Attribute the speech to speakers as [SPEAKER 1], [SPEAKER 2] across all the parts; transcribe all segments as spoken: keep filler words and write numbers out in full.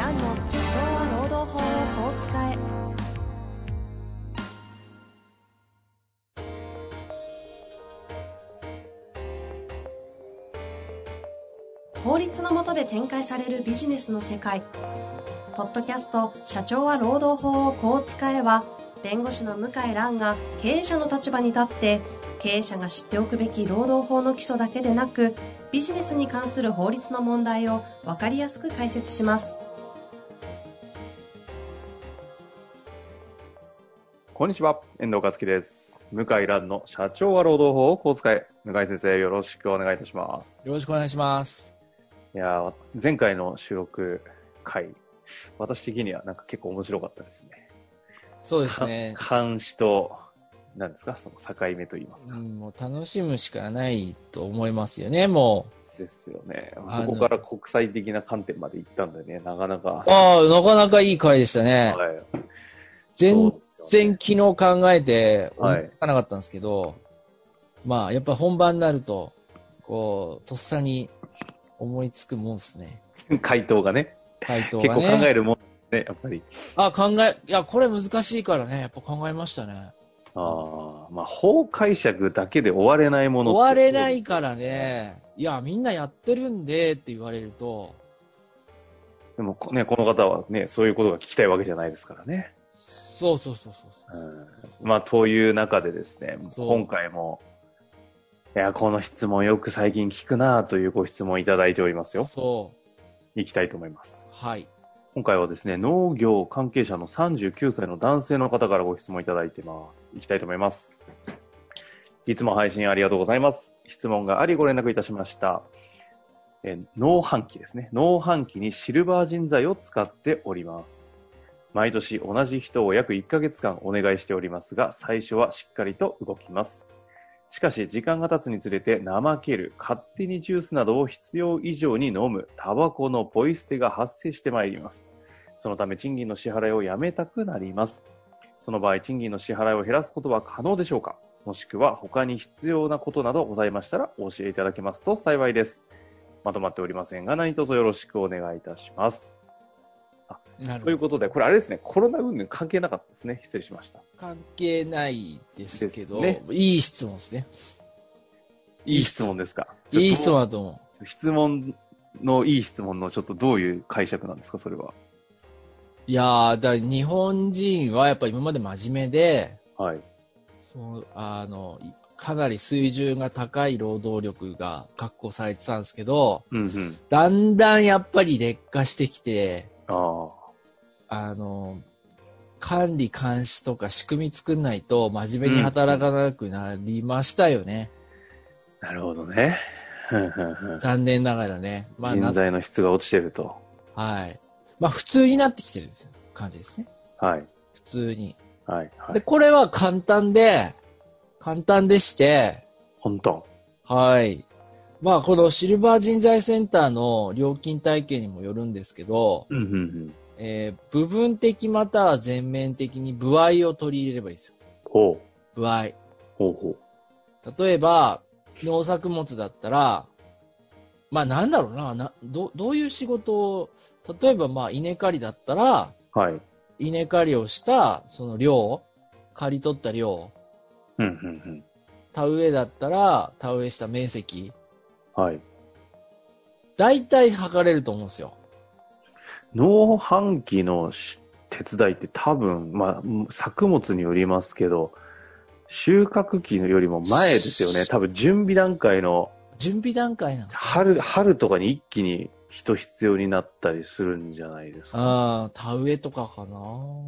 [SPEAKER 1] 蘭の社長は労働法をこう使え。法律の下で展開されるビジネスの世界。ポッドキャスト社長は労働法をこう使えは、弁護士の向井蘭が経営者の立場に立って経営者が知っておくべき労働法の基礎だけでなく、ビジネスに関する法律の問題を分かりやすく解説します。
[SPEAKER 2] こんにちは、遠藤和樹です。向井蘭の社長は労働法をこう使え。向井先生、よろしくお願いいたします。
[SPEAKER 3] よろしくお願いします。
[SPEAKER 2] いや、前回の収録回、私的にはなんか結構面白かったですね。
[SPEAKER 3] そうですね。
[SPEAKER 2] 監視と、何ですか、その境目といいますか。
[SPEAKER 3] うん、もう楽しむしかないと思いますよね、も
[SPEAKER 2] う。ですよね。そこから国際的な観点まで行ったんでね、なかなか。
[SPEAKER 3] ああ、なかなかいい回でしたね。
[SPEAKER 2] はい。
[SPEAKER 3] 全然昨日考えて思いつかなかったんですけど、
[SPEAKER 2] はい、
[SPEAKER 3] まあ、やっぱ本番になると、こう、とっさに思いつくもんですね。
[SPEAKER 2] 回答がね。
[SPEAKER 3] 回答がね。
[SPEAKER 2] 結構考えるもんね、やっぱり。
[SPEAKER 3] あ、考え、いや、これ難しいからね、やっぱ考えましたね。
[SPEAKER 2] ああ、まあ、法解釈だけで終われないものって。
[SPEAKER 3] 終われないからね、いや、みんなやってるんでって言われると。
[SPEAKER 2] でもね、この方はね、そういうことが聞きたいわけじゃないですからね。
[SPEAKER 3] そうそうそうそうそう、
[SPEAKER 2] うん。まあ、という中でですね、今回も、いや、この質問よく最近聞くなというご質問いただいておりますよ。
[SPEAKER 3] そう。
[SPEAKER 2] いきたいと思います。
[SPEAKER 3] はい。
[SPEAKER 2] 今回はですね、農業関係者のさんじゅうきゅうさいの男性の方からご質問いただいています。いきたいと思います。いつも配信ありがとうございます。質問がありご連絡いたしました。え農繁期ですね。農繁期にシルバー人材を使っております。毎年同じ人を約いっかげつかんお願いしておりますが、最初はしっかりと動きます。しかし時間が経つにつれて怠ける、勝手にジュースなどを必要以上に飲む、タバコのポイ捨てが発生してまいります。そのため賃金の支払いをやめたくなります。その場合、賃金の支払いを減らすことは可能でしょうか？もしくは他に必要なことなどございましたらお教えいただけますと幸いです。まとまっておりませんが何卒よろしくお願いいたします。あ、ということで、これあれですね、コロナ云々関係なかったですね。失礼しました。
[SPEAKER 3] 関係ないですけど、
[SPEAKER 2] ね、
[SPEAKER 3] いい質問ですね。
[SPEAKER 2] いい質問ですか？
[SPEAKER 3] いい質問だと思
[SPEAKER 2] う。質問のいい質問のちょっとどういう解釈なんですか、それは。
[SPEAKER 3] いやー、だ日本人はやっぱ今まで真面目で、
[SPEAKER 2] はい。
[SPEAKER 3] そう、あの、かなり水準が高い労働力が確保されてたんですけど、
[SPEAKER 2] うんうん、
[SPEAKER 3] だんだんやっぱり劣化してきて、
[SPEAKER 2] あ
[SPEAKER 3] あの、管理監視とか仕組み作んないと真面目に働かなくなりましたよね。
[SPEAKER 2] うん、なるほどね。
[SPEAKER 3] 残念ながらね。
[SPEAKER 2] まあ、人材の質が落ちてると。
[SPEAKER 3] はい。まあ普通になってきてる感じですね。
[SPEAKER 2] はい。
[SPEAKER 3] 普通に。
[SPEAKER 2] はい。はい、
[SPEAKER 3] で、これは簡単で、簡単でして。
[SPEAKER 2] 本当。
[SPEAKER 3] はい。まあこのシルバー人材センターの料金体系にもよるんですけど、
[SPEAKER 2] うんうんうん、
[SPEAKER 3] えー、部分的または全面的に歩合を取り入れればいいですよ。
[SPEAKER 2] ほ
[SPEAKER 3] う。歩合。
[SPEAKER 2] ほうほ
[SPEAKER 3] う。例えば、農作物だったら、まあなんだろうな、などどういう仕事を、例えばまあ稲刈りだったら、
[SPEAKER 2] はい。
[SPEAKER 3] 稲刈りをしたその量、刈り取った量、
[SPEAKER 2] うんうんうん、
[SPEAKER 3] 田植えだったら田植えした面積、
[SPEAKER 2] はい。
[SPEAKER 3] 大体測れると思うんですよ。
[SPEAKER 2] 農繁期の手伝いって多分、まあ、作物によりますけど、収穫期よりも前ですよね。多分準備段階の。
[SPEAKER 3] 準備段階なの。
[SPEAKER 2] 春、春とかに一気に人必要になったりするんじゃないですか。
[SPEAKER 3] ああ、田植えとかかな。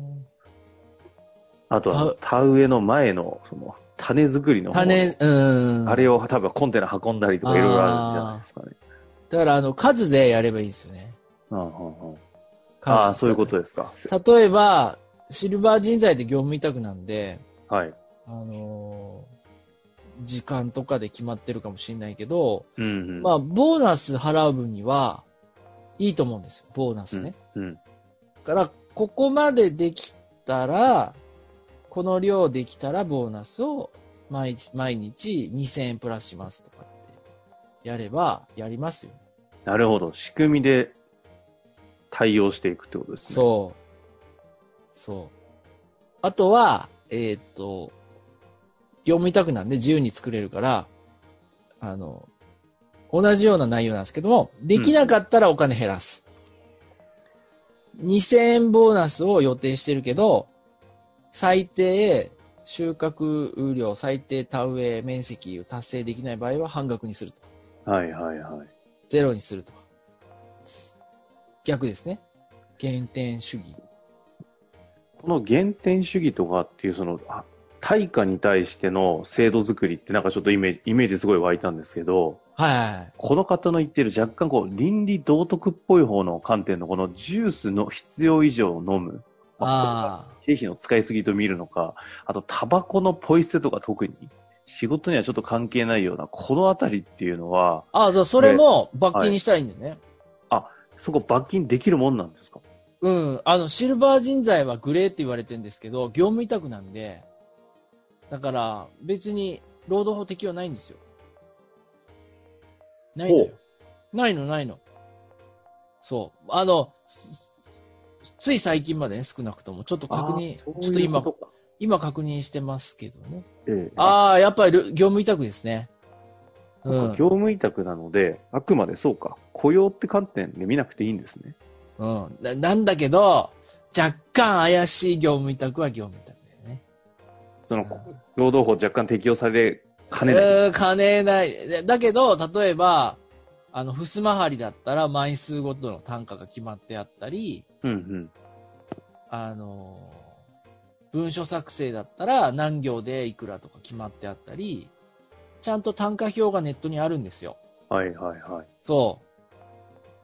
[SPEAKER 2] あとは、田植えの前の、その、種作りの方。
[SPEAKER 3] 種、うん。
[SPEAKER 2] あれを多分コンテナ運んだりとかいろいろあるんじゃないですかね。
[SPEAKER 3] だから、あの、数でやればいいですよね。
[SPEAKER 2] うんうんうん、ああ、そういうことですか。
[SPEAKER 3] 例えば、シルバー人材って業務委託なんで、
[SPEAKER 2] はい。
[SPEAKER 3] あのー、時間とかで決まってるかもしれないけど、
[SPEAKER 2] うんうん、
[SPEAKER 3] まあ、ボーナス払う分には、いいと思うんですよ。ボーナスね。
[SPEAKER 2] うん。うん、
[SPEAKER 3] だから、ここまでできたら、この量できたらボーナスを毎日、毎日にせんえんプラスしますとかってやれば、やりますよ。
[SPEAKER 2] なるほど。仕組みで対応していくってことですね。
[SPEAKER 3] そう。そう。あとは、えっと、業務委託なんで自由に作れるから、あの、同じような内容なんですけども、できなかったらお金減らす。うん、にせんえんボーナスを予定してるけど、最低収穫量、最低田植え面積を達成できない場合は半額にすると。
[SPEAKER 2] はいはいはい。
[SPEAKER 3] ゼロにすると。逆ですね。減点主義。
[SPEAKER 2] この減点主義とかっていうその、対価に対しての制度作りってなんかちょっとイメージ、イメージすごい湧いたんですけど、
[SPEAKER 3] はいはいはい。
[SPEAKER 2] この方の言ってる若干こう倫理道徳っぽい方の観点のこのジュースの必要以上飲む。まあ、経費の使いすぎと見るのか、あとタバコのポイ捨てとか特に仕事にはちょっと関係ないようなこのあたりっていうのは。
[SPEAKER 3] ああ、じゃあそれも罰金にしたらいいんだよね。はい、
[SPEAKER 2] あ、そこ罰金できるもんなんですか？
[SPEAKER 3] うん。あの、シルバー人材はグレーって言われてるんですけど、業務委託なんで、だから別に労働法適用ないんですよ。ないのよ。ないの、ないの。そう。あの、つい最近までね、少なくとも。ちょっと確認、ううちょっと今、今確認してますけどね。ええ、ああ、やっぱり業務委託ですね。
[SPEAKER 2] うん。業務委託なので、あくまでそうか。雇用って観点で見なくていいんですね。
[SPEAKER 3] うん。な, なんだけど、若干怪しい業務委託は業務委託だよね。
[SPEAKER 2] その、うん、労働法若干適用されかねない。
[SPEAKER 3] えー、かねない。だけど、例えば、あの、ふすま張りだったら枚数ごとの単価が決まってあったり、
[SPEAKER 2] うんうん、
[SPEAKER 3] あの、文書作成だったら何行でいくらとか決まってあったり、ちゃんと単価表がネットにあるんですよ。
[SPEAKER 2] はいはいはい。
[SPEAKER 3] そう。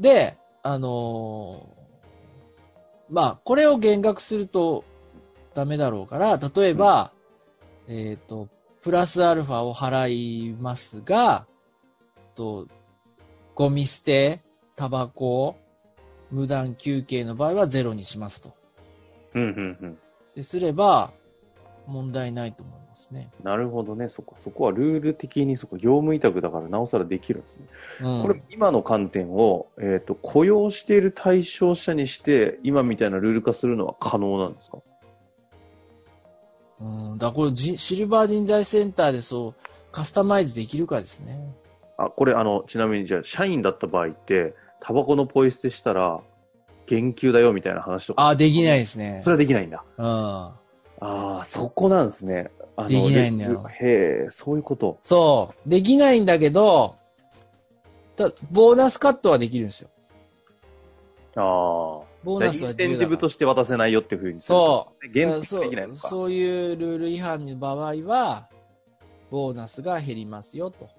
[SPEAKER 3] で、あのー、まあ、これを減額するとダメだろうから、例えば、うん、えっと、プラスアルファを払いますが、と、ゴミ捨て、タバコ、無断休憩の場合はゼロにしますと。
[SPEAKER 2] うんうんうん。
[SPEAKER 3] ですれば、問題ないと思いますね。
[SPEAKER 2] なるほどね。そこ、そこはルール的にそこ業務委託だからなおさらできるんですね。うん、これ、今の観点を、えっと、雇用している対象者にして、今みたいなルール化するのは可能なんですか？
[SPEAKER 3] うん、だからこれシルバー人材センターでそうカスタマイズできるかですね。
[SPEAKER 2] あ、これあのちなみにじゃあ社員だった場合ってタバコのポイ捨てしたら減給だよみたいな話とか。
[SPEAKER 3] あ、できないですね。
[SPEAKER 2] それはできないんだ。
[SPEAKER 3] うん。あ
[SPEAKER 2] あ、そこなんですね。
[SPEAKER 3] あのできないんだよ。
[SPEAKER 2] へえ、そういうこと。
[SPEAKER 3] そう。できないんだけど、たボーナスカットはできるんですよ。
[SPEAKER 2] ああ。
[SPEAKER 3] ボーナスは自由だから。イン
[SPEAKER 2] センティブとして渡せないよっていうふうにす
[SPEAKER 3] る。そう。
[SPEAKER 2] 限定できないのか。
[SPEAKER 3] そう。そういうルール違反の場合は、ボーナスが減りますよと。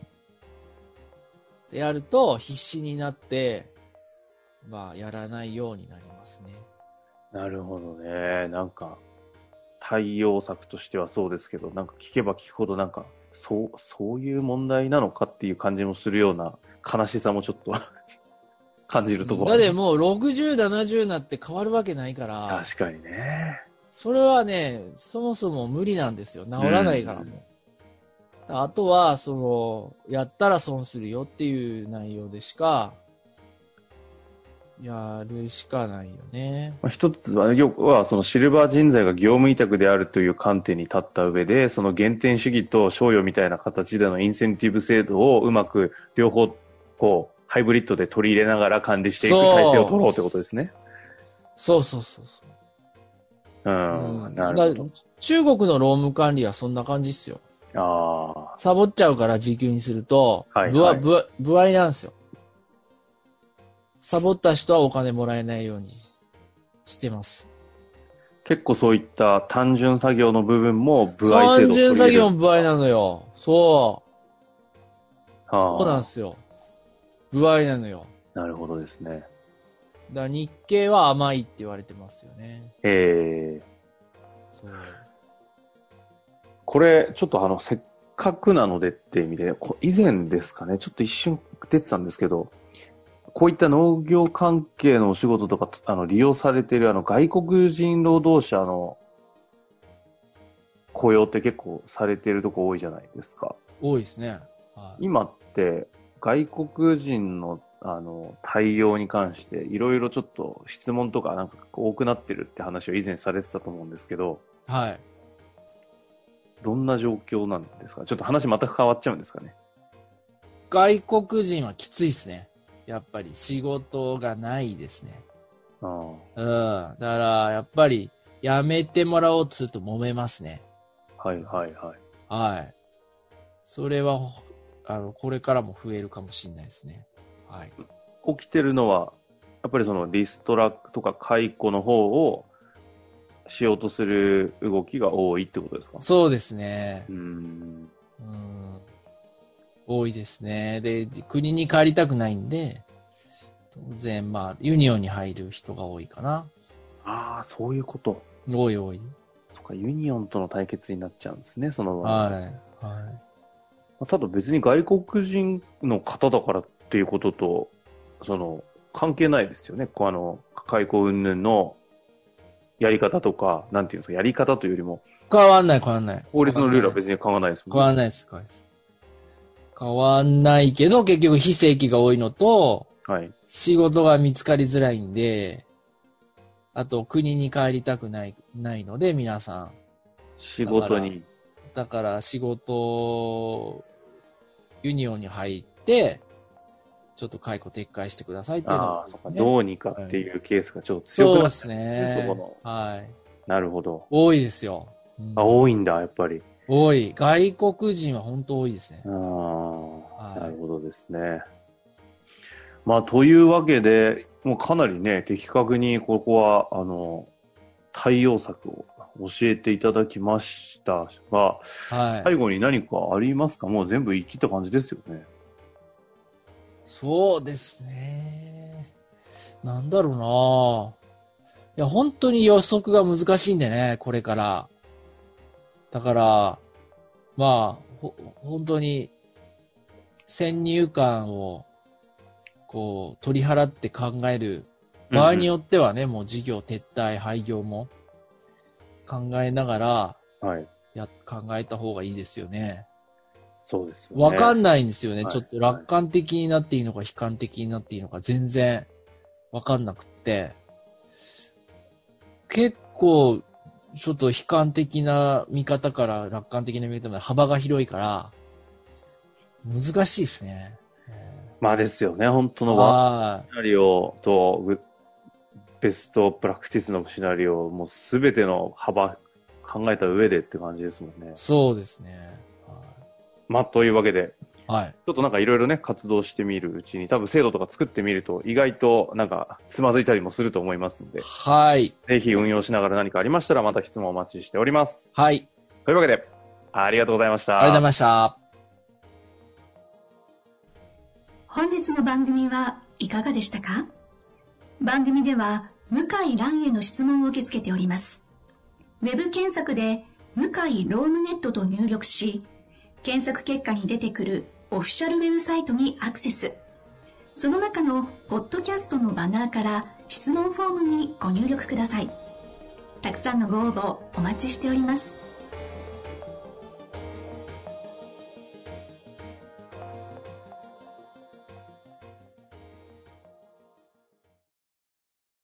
[SPEAKER 3] でやると必死になって、まあ、やらないようになりますね。
[SPEAKER 2] なるほどね。なんか、対応策としてはそうですけど、なんか聞けば聞くほどなんか、そう、そういう問題なのかっていう感じもするような悲しさもちょっと感じるところ、
[SPEAKER 3] だってもうろくじゅう、ななじゅうになって変わるわけないから。
[SPEAKER 2] 確かにね。
[SPEAKER 3] それはね、そもそも無理なんですよ。治らないからもう。うん、あとは、その、やったら損するよっていう内容でしか、やるしかないよね。
[SPEAKER 2] まあ、一つは、要は、そのシルバー人材が業務委託であるという観点に立った上で、その減点主義と賞与みたいな形でのインセンティブ制度をうまく両方、こう、ハイブリッドで取り入れながら管理していく体制を取ろうってことですね。
[SPEAKER 3] そうそうそうそう。うん。うん、なるほど。中国の労務管理はそんな感じっすよ。
[SPEAKER 2] ああ。
[SPEAKER 3] サボっちゃうから時給にすると、
[SPEAKER 2] はい、
[SPEAKER 3] ぶわ、ぶわ、ぶわいなんですよ。サボった人はお金もらえないようにしてます。
[SPEAKER 2] 結構そういった単純作業の部分も歩合制度を取り入れる。
[SPEAKER 3] 単純作業も歩合なのよ。そう。そうなんですよ。歩合なのよ。
[SPEAKER 2] なるほどですね。
[SPEAKER 3] だから日系は甘いって言われてますよね。
[SPEAKER 2] へえ。
[SPEAKER 3] そう。
[SPEAKER 2] これ、ちょっとあの、せっかくなのでって意味で、以前ですかね、ちょっと一瞬出てたんですけど、こういった農業関係のお仕事とか、あの、利用されているあの、外国人労働者の雇用って結構されているとこ多いじゃないですか。
[SPEAKER 3] 多いですね。
[SPEAKER 2] はい、今って、外国人のあの、対応に関して、いろいろちょっと質問とかなんか多くなってるって話を以前されてたと思うんですけど、
[SPEAKER 3] はい。
[SPEAKER 2] どんな状況なんですか？ちょっと話全く変わっちゃうんですかね。
[SPEAKER 3] 外国人はきついですね。やっぱり仕事がないですね。
[SPEAKER 2] あ
[SPEAKER 3] うん。だから、やっぱり、やめてもらおうとすると揉めますね。
[SPEAKER 2] あ、はいはいはい。
[SPEAKER 3] はい。それは、あの、これからも増えるかもしれないですね。はい。
[SPEAKER 2] 起きてるのは、やっぱりそのリストラとか解雇の方をしようとする動きが多いってことですか？
[SPEAKER 3] そうですね。
[SPEAKER 2] うーん。
[SPEAKER 3] うん。多いですね。で、国に帰りたくないんで、当然、まあ、ユニオンに入る人が多いかな。
[SPEAKER 2] ああ、そういうこと。
[SPEAKER 3] 多い多い。
[SPEAKER 2] そっか、ユニオンとの対決になっちゃうんですね、その場合。
[SPEAKER 3] はい。はい。
[SPEAKER 2] ただ別に外国人の方だからっていうことと、その、関係ないですよね。こうあの、解雇云々のやり方とか、なんていうんですか、やり方というよりも、
[SPEAKER 3] 変わんない変わんない。
[SPEAKER 2] 法律のルールは別に変わらないですもんね。
[SPEAKER 3] 変わんないです。変わんないです。変わんないけど、結局非正規が多いのと、
[SPEAKER 2] はい。
[SPEAKER 3] 仕事が見つかりづらいんで、あと国に帰りたくない、ないので、皆さん。
[SPEAKER 2] 仕事に。
[SPEAKER 3] だから仕事、ユニオンに入って、ちょっと解雇撤回してくださいっていうの
[SPEAKER 2] ああ、そっか、どうにかっていうケースがちょっと強くなっ
[SPEAKER 3] そうです
[SPEAKER 2] てるんですね、
[SPEAKER 3] ね。
[SPEAKER 2] そこの。
[SPEAKER 3] はい。
[SPEAKER 2] なるほど。
[SPEAKER 3] 多いですよ。うん
[SPEAKER 2] あ、多いんだ、やっぱり。
[SPEAKER 3] 多い。外国人は本当多いですね。
[SPEAKER 2] ああ、
[SPEAKER 3] はい
[SPEAKER 2] なるほどですね。まあ、というわけで、もうかなりね、的確にここは、あの、対応策を教えていただきましたが、
[SPEAKER 3] はい。
[SPEAKER 2] 最後に何かありますか？もう全部言い切った感じですよね。
[SPEAKER 3] そうですね。なんだろうないや、本当に予測が難しいんでね、これから。だから、まあ、ほ、本当に、先入観を、こう、取り払って考える。場合によってはね、もう事業撤退、廃業も考えながら、
[SPEAKER 2] はい。
[SPEAKER 3] や、考えた方がいいですよね。
[SPEAKER 2] そうですよね。
[SPEAKER 3] わかんないんですよね。
[SPEAKER 2] はい
[SPEAKER 3] ちょっと楽観的になっていいのか、悲観的になっていいのか、全然わかんなくって。結構、ちょっと悲観的な見方から楽観的な見方まで幅が広いから、難しいですね。
[SPEAKER 2] まあですよね、本当の
[SPEAKER 3] は
[SPEAKER 2] ワーストシナリオとグベストプラクティスのシナリオ、もうすべての幅考えた上でって感じですもんね。
[SPEAKER 3] そうですね。
[SPEAKER 2] まあ、というわけで、
[SPEAKER 3] はい。
[SPEAKER 2] ちょっとなんかいろいろね、活動してみるうちに、多分制度とか作ってみると、意外となんかつまずいたりもすると思いますので、
[SPEAKER 3] はい。
[SPEAKER 2] ぜひ運用しながら何かありましたら、また質問お待ちしております。
[SPEAKER 3] はい。
[SPEAKER 2] というわけで、ありがとうございました。
[SPEAKER 3] ありがとうございました。
[SPEAKER 4] 本日の番組はいかがでしたか？番組では向井蘭への質問を受け付けております。ウェブ検索で向井ロームネットと入力し、検索結果に出てくるオフィシャルウェブサイトにアクセス。その中のポッドキャストのバナーから質問フォームにご入力ください。たくさんのご応募お待ちしております。